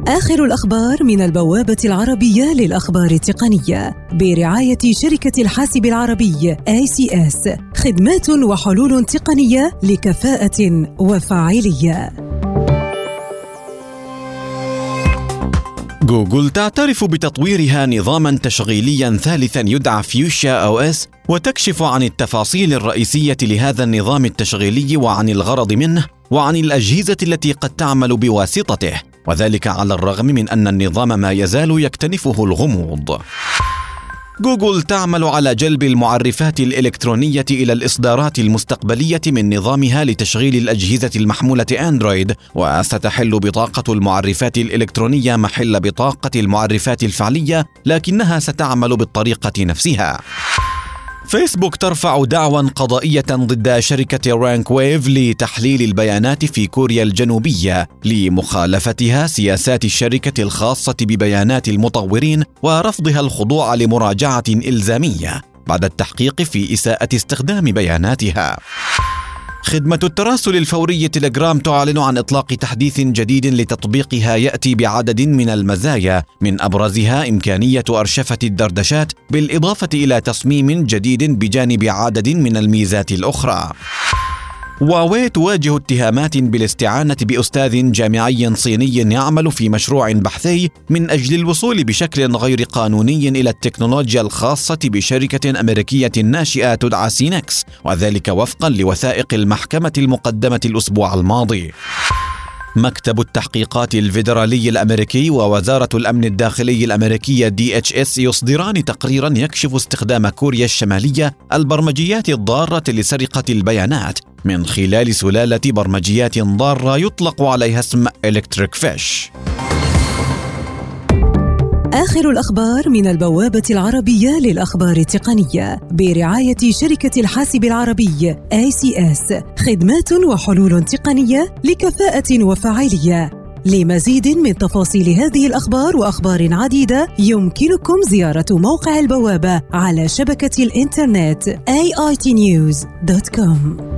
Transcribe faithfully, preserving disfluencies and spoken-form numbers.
آخر الأخبار من البوابة العربية للأخبار التقنية برعاية شركة الحاسب العربي آي سي إس، خدمات وحلول تقنية لكفاءة وفاعلية. جوجل تعترف بتطويرها نظاماً تشغيلياً ثالثاً يدعى فيوشيا أو إس، وتكشف عن التفاصيل الرئيسية لهذا النظام التشغيلي وعن الغرض منه وعن الأجهزة التي قد تعمل بواسطته، وذلك على الرغم من أن النظام ما يزال يكتنفه الغموض. جوجل تعمل على جلب المعرفات الإلكترونية إلى الإصدارات المستقبلية من نظامها لتشغيل الأجهزة المحمولة أندرويد، وستحل بطاقة المعرفات الإلكترونية محل بطاقة المعرفات الفعلية، لكنها ستعمل بالطريقة نفسها. فيسبوك ترفع دعوى قضائية ضد شركة رانك ويف لتحليل البيانات في كوريا الجنوبية لمخالفتها سياسات الشركة الخاصة ببيانات المطورين ورفضها الخضوع لمراجعة إلزامية بعد التحقيق في إساءة استخدام بياناتها. خدمة التراسل الفوري تيليجرام تعلن عن إطلاق تحديث جديد لتطبيقها يأتي بعدد من المزايا، من أبرزها إمكانية أرشفة الدردشات بالإضافة إلى تصميم جديد بجانب عدد من الميزات الأخرى. هواوي تواجه اتهامات بالاستعانة بأستاذ جامعي صيني يعمل في مشروع بحثي من أجل الوصول بشكل غير قانوني إلى التكنولوجيا الخاصة بشركة أمريكية ناشئة تدعى سينكس، وذلك وفقا لوثائق المحكمة المقدمة الأسبوع الماضي. مكتب التحقيقات الفيدرالي الأمريكي ووزارة الأمن الداخلي الأمريكية دي إتش إس يصدران تقريرا يكشف استخدام كوريا الشمالية البرمجيات الضارة لسرقة البيانات من خلال سلالة برمجيات ضارة يطلق عليها اسم إلكتريك فيش. آخر الأخبار من البوابة العربية للأخبار التقنية برعاية شركة الحاسب العربي آي سي إس، خدمات وحلول تقنية لكفاءة وفاعلية. لمزيد من تفاصيل هذه الأخبار وأخبار عديدة يمكنكم زيارة موقع البوابة على شبكة الإنترنت آي آي تي نيوز دوت كوم.